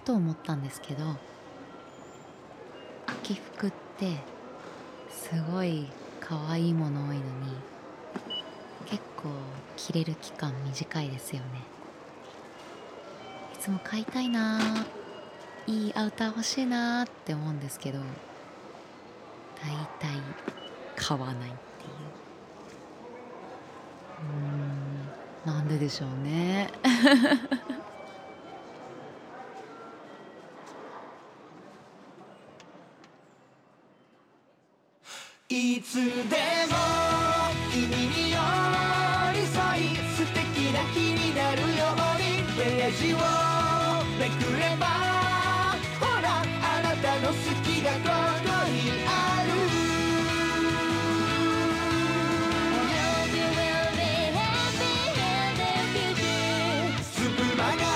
ふと思ったんですけど、秋服ってすごい可愛いもの多いのに、結構着れる期間短いですよね。いつも買いたいなー、いいアウター欲しいなーって思うんですけど、大体買わないっていう。なんででしょうね。 いつでも君に寄り添い素敵な日になるようにページをめくればほらあなたの好きがここにあるスプマガ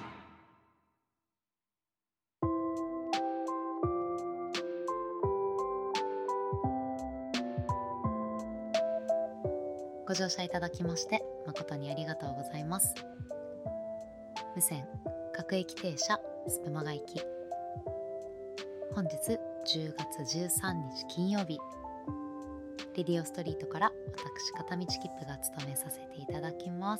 ご乗車いただきまして誠にありがとうございます。無線各駅停車スプマガ行き、本日10月13日金曜日、レディオストリートから私片道切符が務めさせていただきます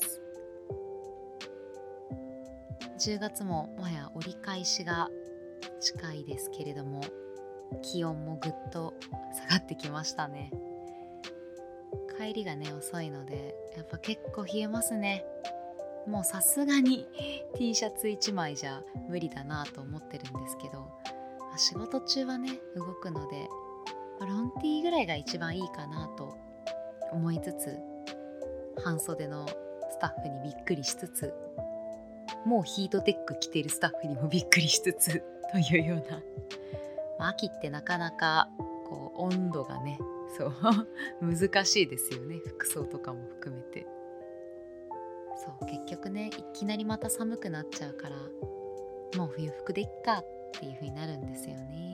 。10月ももはや折り返しが近いですけれども、気温もぐっと下がってきましたね。帰りがね遅いのでやっぱ結構冷えますね。もうさすがに T シャツ1枚じゃ無理だなと思ってるんですけど、仕事中はね動くのでロンティーぐらいが一番いいかなと思いつつ、半袖のスタッフにびっくりしつつ、もうヒートテック着ているスタッフにもびっくりしつつというような、秋ってなかなかこう温度がねそう難しいですよね、服装とかも含めて。そう結局ねいきなりまた寒くなっちゃうから、もう冬服でいっかっていう風になるんですよね。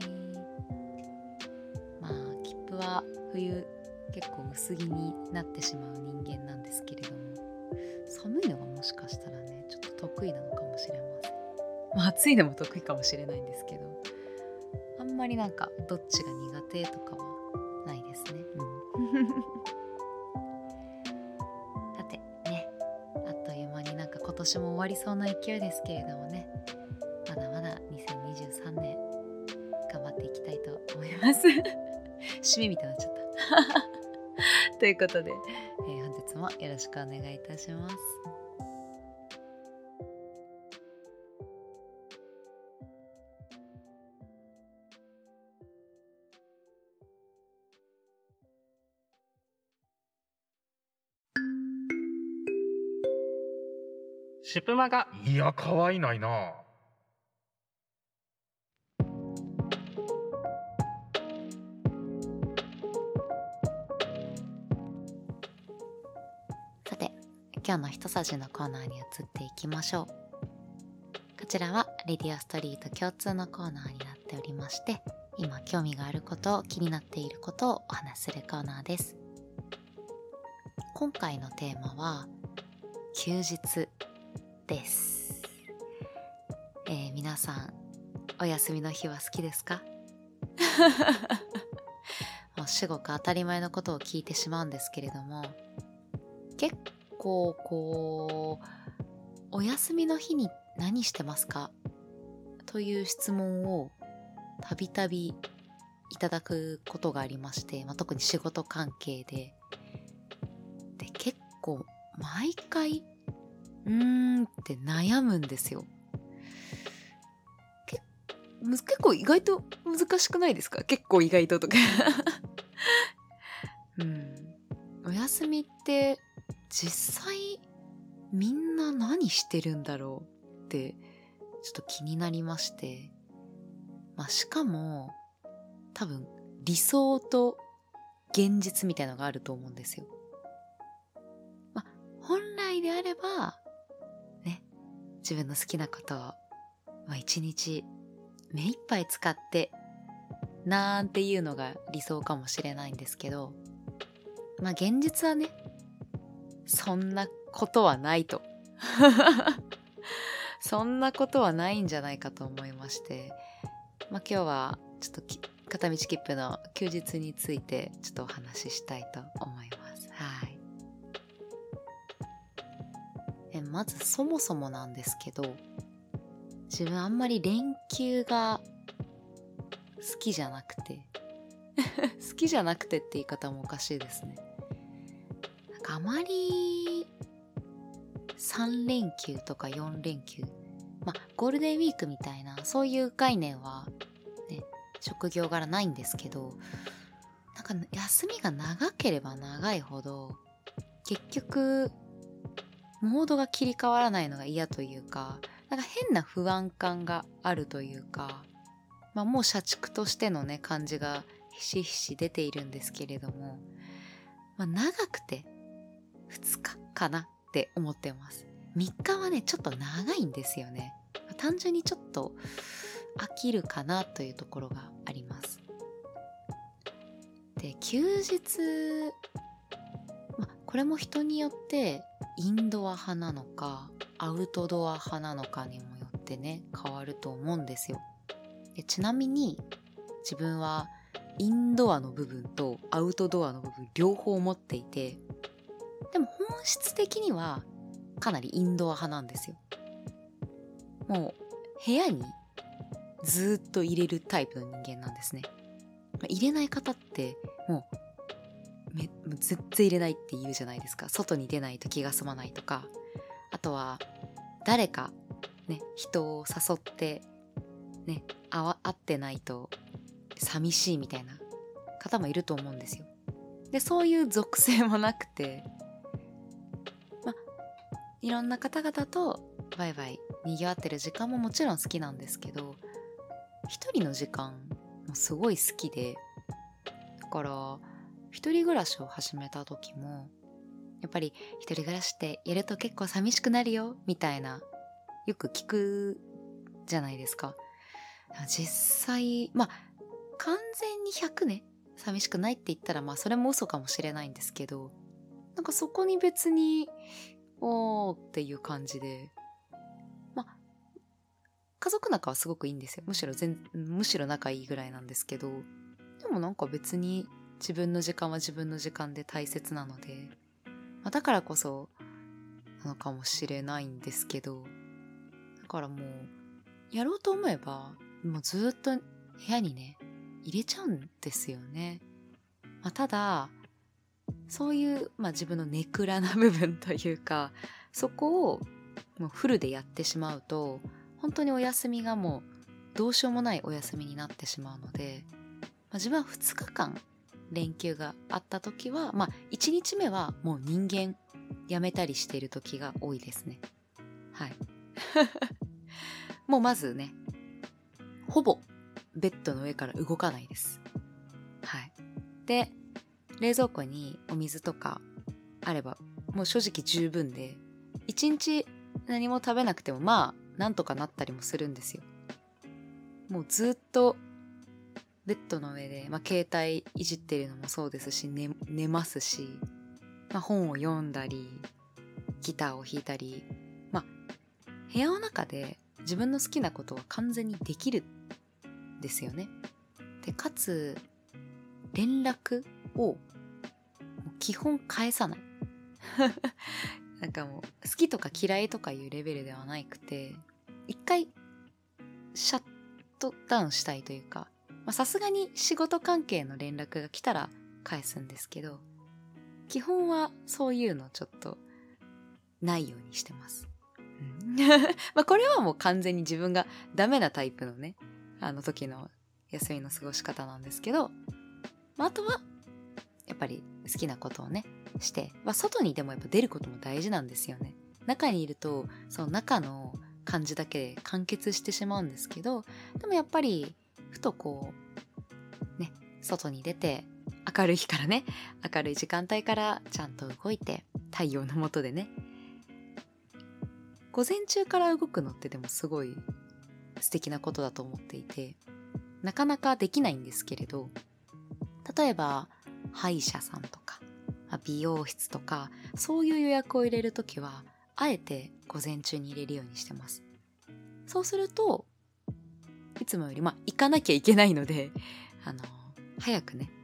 まあ切符は冬結構薄着になってしまう人間なんですけれども、寒いのがもしかしたらねちょっと得意なのかもしれません。まあ暑いのも得意かもしれないんですけど、あんまりなんかどっちが苦手とかはないですね。さてね、あっという間になんか今年も終わりそうな勢いですけれどもね、まだまだ2023年頑張っていきたいと思います締めみたいになっちゃったということで、本日もよろしくお願いいたします。 シュプマガ。 いや、可愛いないな。 さて今日の一さじのコーナーに移っていきましょう。こちらはレディオストリート共通のコーナーになっておりまして、今興味があること、気になっていることをお話しするコーナーです。今回のテーマは休日です。皆さんお休みの日は好きですかもう至極当たり前のことを聞いてしまうんですけれども、結構こうお休みの日に何してますかという質問をたびたびいただくことがありまして、特に仕事関係で結構毎回って悩むんですよ。結構意外と難しくないですか？結構意外ととかお休みって実際みんな何してるんだろうってちょっと気になりまして、しかも多分理想と現実みたいなのがあると思うんですよ。本来であればね、自分の好きなことを一日目いっぱい使ってなんていうのが理想かもしれないんですけど、現実はねそんなことはないとそんなことはないんじゃないかと思いまして、今日はちょっと片道切符の休日についてちょっとお話ししたいと思います。はい。まずそもそもなんですけど、自分あんまり連休が好きじゃなくて好きじゃなくてって言い方もおかしいですね。なんかあまり3連休とか4連休、ゴールデンウィークみたいなそういう概念はね、職業柄ないんですけど、なんか休みが長ければ長いほど結局モードが切り替わらないのが嫌というか、なんか変な不安感があるというか、もう社畜としてのね感じがひしひし出ているんですけれども、長くて2日かなって思ってます。3日はねちょっと長いんですよね。単純にちょっと飽きるかなというところがあります。で、休日、これも人によってインドア派なのかアウトドア派なのかにもよってね変わると思うんですよ。で、ちなみに自分はインドアの部分とアウトドアの部分両方持っていて、でも本質的にはかなりインドア派なんですよ。もう部屋にずっと入れるタイプの人間なんですね。入れない方ってもう絶対入れないって言うじゃないですか。外に出ないと気が済まないとか、あとは誰かね人を誘ってね会ってないと寂しいみたいな方もいると思うんですよ。で、そういう属性もなくて、いろんな方々とワイワイ賑わってる時間ももちろん好きなんですけど、一人の時間もすごい好きで、だから一人暮らしを始めた時もやっぱり一人暮らしってやると結構寂しくなるよみたいなよく聞くじゃないですか。実際完全に100ね寂しくないって言ったらそれも嘘かもしれないんですけど、なんかそこに別におーっていう感じで、家族仲はすごくいいんですよ。むしろ仲いいぐらいなんですけど、でもなんか別に自分の時間は自分の時間で大切なので、だからこそなのかもしれないんですけど、だからもうやろうと思えばもうずっと部屋にね入れちゃうんですよね。ただそういう自分のネクラな部分というか、そこをもうフルでやってしまうと本当にお休みがもうどうしようもないお休みになってしまうので、自分は2日間連休があった時は1日目はもう人間辞めたりしている時が多いですね。はいもうまずねほぼベッドの上から動かないです。はい。で、冷蔵庫にお水とかあればもう正直十分で、1日何も食べなくてもなんとかなったりもするんですよ。もうずっとベッドの上で、携帯いじってるのもそうですし、寝ますし、本を読んだりギターを弾いたり、部屋の中で自分の好きなことは完全にできるんですよね。で、かつ連絡をもう基本返さないなんかもう好きとか嫌いとかいうレベルではなくて、一回シャットダウンしたいというか、さすがに仕事関係の連絡が来たら返すんですけど、基本はそういうのちょっとないようにしてます。これはもう完全に自分がダメなタイプのね時の休みの過ごし方なんですけど、あとはやっぱり好きなことをねして、外にでもやっぱ出ることも大事なんですよね。中にいるとその中の感じだけで完結してしまうんですけど、でもやっぱりふとこうね外に出て、明るい日からね明るい時間帯からちゃんと動いて、太陽の下でね午前中から動くのってでもすごい素敵なことだと思っていて、なかなかできないんですけれど、例えば歯医者さんとか美容室とかそういう予約を入れるときはあえて午前中に入れるようにしてます。 そうするといつもより行かなきゃいけないので早くね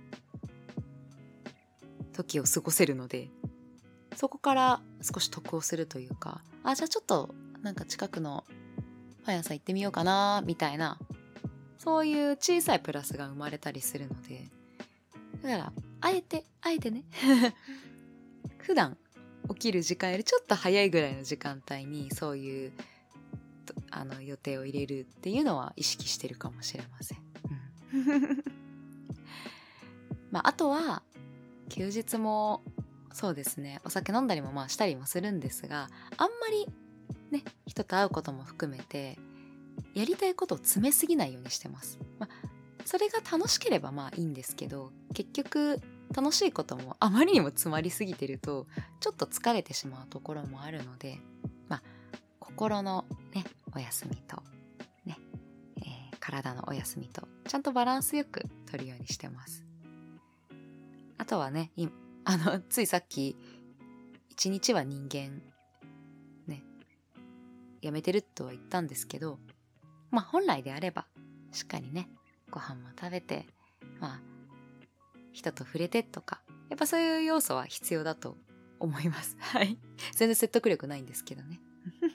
時を過ごせるので、そこから少し得をするというか、じゃあちょっとなんか近くのパン屋さん行ってみようかなみたいな、そういう小さいプラスが生まれたりするので、だからあえてね普段起きる時間よりちょっと早いぐらいの時間帯にそういう予定を入れるっていうのは意識してるかもしれません、あとは休日もそうですね、お酒飲んだりもしたりもするんですが、あんまりね人と会うことも含めてやりたいことを詰めすぎないようにしてます。それが楽しければいいんですけど、結局楽しいこともあまりにも詰まりすぎてるとちょっと疲れてしまうところもあるので、心のねお休みとね、体のお休みとちゃんとバランスよく取るようにしてます。あとはね、ついさっき一日は人間ねやめてるとは言ったんですけど、本来であればしっかりねご飯も食べて人と触れてとか、やっぱそういう要素は必要だと思います。はい。全然説得力ないんですけどね。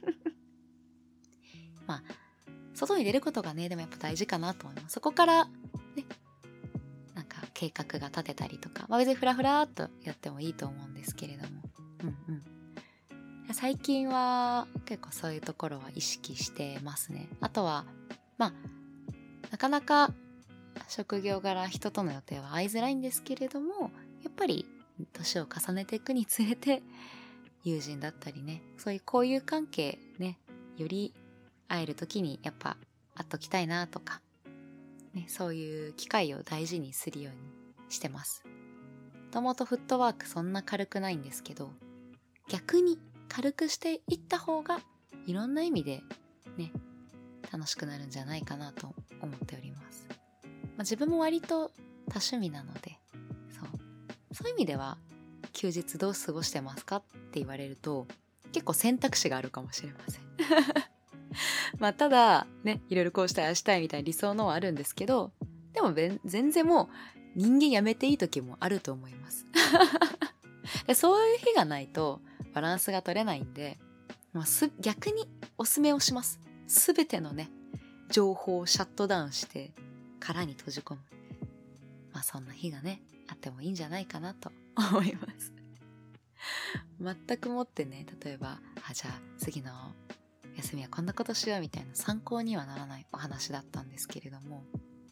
外に出ることがねでもやっぱ大事かなと思います。そこからねなんか計画が立てたりとか、別にフラフラっとやってもいいと思うんですけれども、最近は結構そういうところは意識してますね。あとはなかなか職業柄人との予定は合いづらいんですけれども、やっぱり年を重ねていくにつれて友人だったりね、そういう交友関係ね、より会える時にやっぱ会っときたいなとか、ね、そういう機会を大事にするようにしてます。もともとフットワークそんな軽くないんですけど、逆に軽くしていった方がいろんな意味でね楽しくなるんじゃないかなと思っております。自分も割と多趣味なので、そういう意味では休日どう過ごしてますかって言われると結構選択肢があるかもしれません。ただねいろいろこうしたいああしたいみたいな理想のはあるんですけど、でも全然もう人間やめていい時もあると思います。でそういう日がないとバランスが取れないんで、逆におすすめをします。すべてのね情報をシャットダウンして殻に閉じ込む、そんな日がねあってもいいんじゃないかなと思います。全くもってね、例えばじゃあ次の休みはこんなことしようみたいな参考にはならないお話だったんですけれども、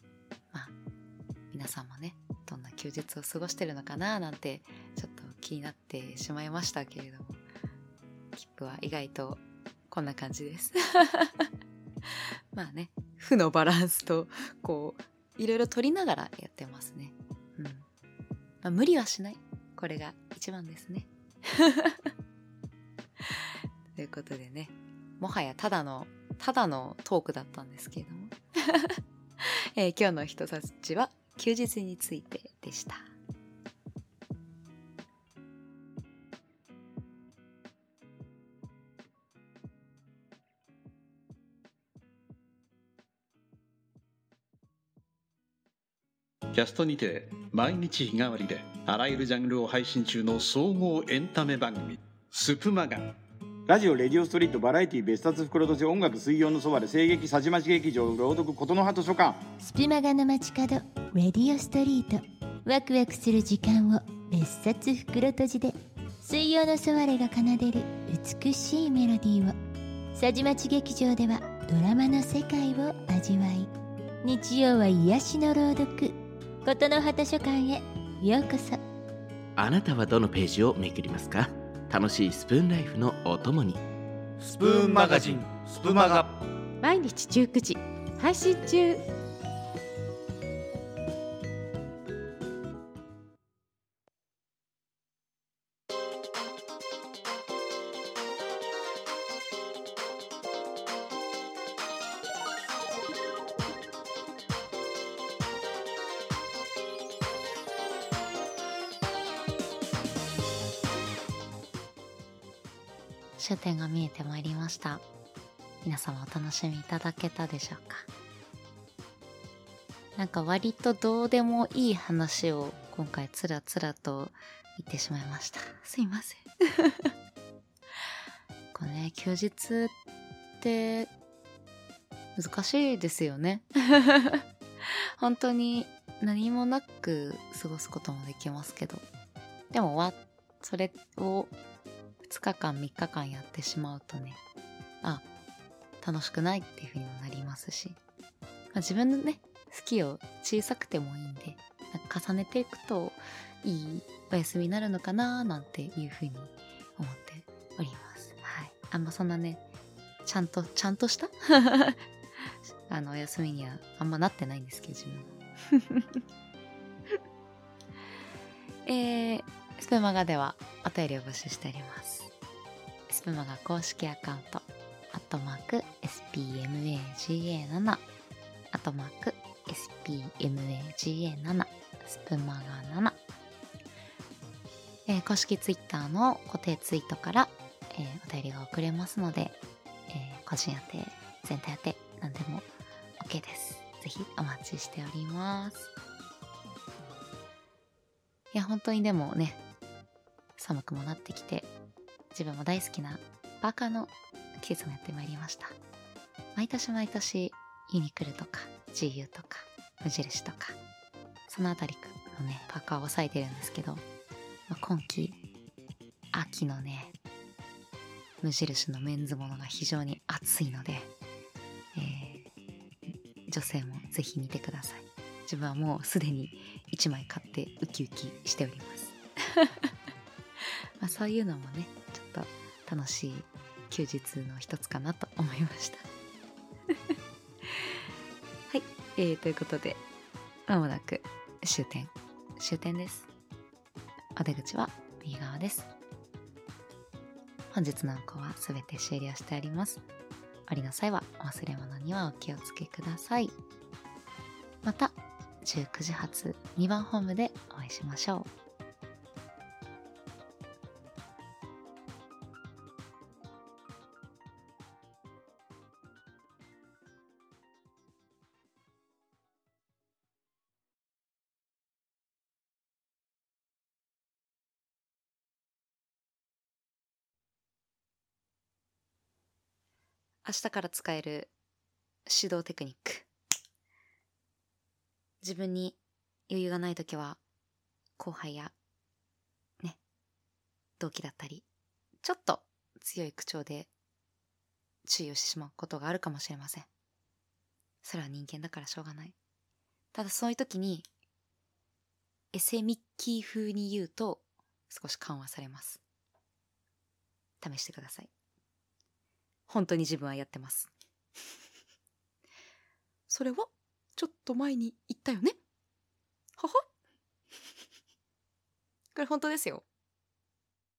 皆さんもねどんな休日を過ごしてるのかななんてちょっと気になってしまいましたけれども、切符は意外とこんな感じです。負のバランスとこういろいろ取りながらやってますね。無理はしない、これが一番ですね。ということでね、もはやただのトークだったんですけれども、今日の人たちは休日についてでした。 キャストにて毎日日替わりであらゆるジャンルを配信中の総合エンタメ番組スプマガ。 ラジオレディオストリートバラエティ別冊袋とじ音楽水曜のそばで声劇さじまち劇場朗読琴の葉図書館。 スプマガの街角レディオストリート、ワクワクする時間を別冊袋とじで、水曜のソワレが奏でる美しいメロディーを、さじまち劇場ではドラマの世界を味わい、日曜は癒しの朗読琴の葉図書館へようこそ。 あなたはどのページをめくりますか？楽しいスプーンライフのお供に。 スプーンマガジンスプマガ、 毎日19時配信中。 終点が見えてまいりました。 皆様お楽しみいただけたでしょうか。なんか割とどうでもいい話を今回つらつらと言ってしまいました。すいません。これね、休日って難しいですよね。本当に何もなく過ごすこともできますけど、でもそれを2日間3日間やってしまうとね、楽しくないっていう風にもなりますし、自分のね好きを小さくてもいいんで、重ねていくといいお休みになるのかななんていう風に思っております。はい。そんなねちゃんとしたお休みにはあんまなってないんですけど、自分スプマガではお便りを募集しております。スプマガ公式アカウント@spmaga7 @spmaga7 スプマガ7、公式ツイッターの固定ツイートから、お便りが送れますので、個人宛て全体宛て何でも OK です。ぜひお待ちしております。いや本当にでもね、寒くもなってきて、自分も大好きなバカの季節もやってまいりました。毎年毎年ユニクロとか GU とか無印とかそのあたりのねパーカーを抑えてるんですけど、今季秋のね無印のメンズものが非常に熱いので、女性もぜひ見てください。自分はもうすでに1枚買ってウキウキしておりますそういうのもねちょっと楽しい休日の一つかなと思いましたはい、ということでまもなく終点です。お出口は右側です。本日の運行はすべて終了しております。降りの際はお忘れ物にはお気をつけください。また19時発2番ホームでお会いしましょう。明日から使える指導テクニック。自分に余裕がないときは後輩やね同期だったりちょっと強い口調で注意をしてしまうことがあるかもしれません。それは人間だからしょうがない。ただそういう時にエセミッキー風に言うと少し緩和されます。試してください。本当に自分はやってますそれはちょっと前に言ったよねははこれ本当ですよ。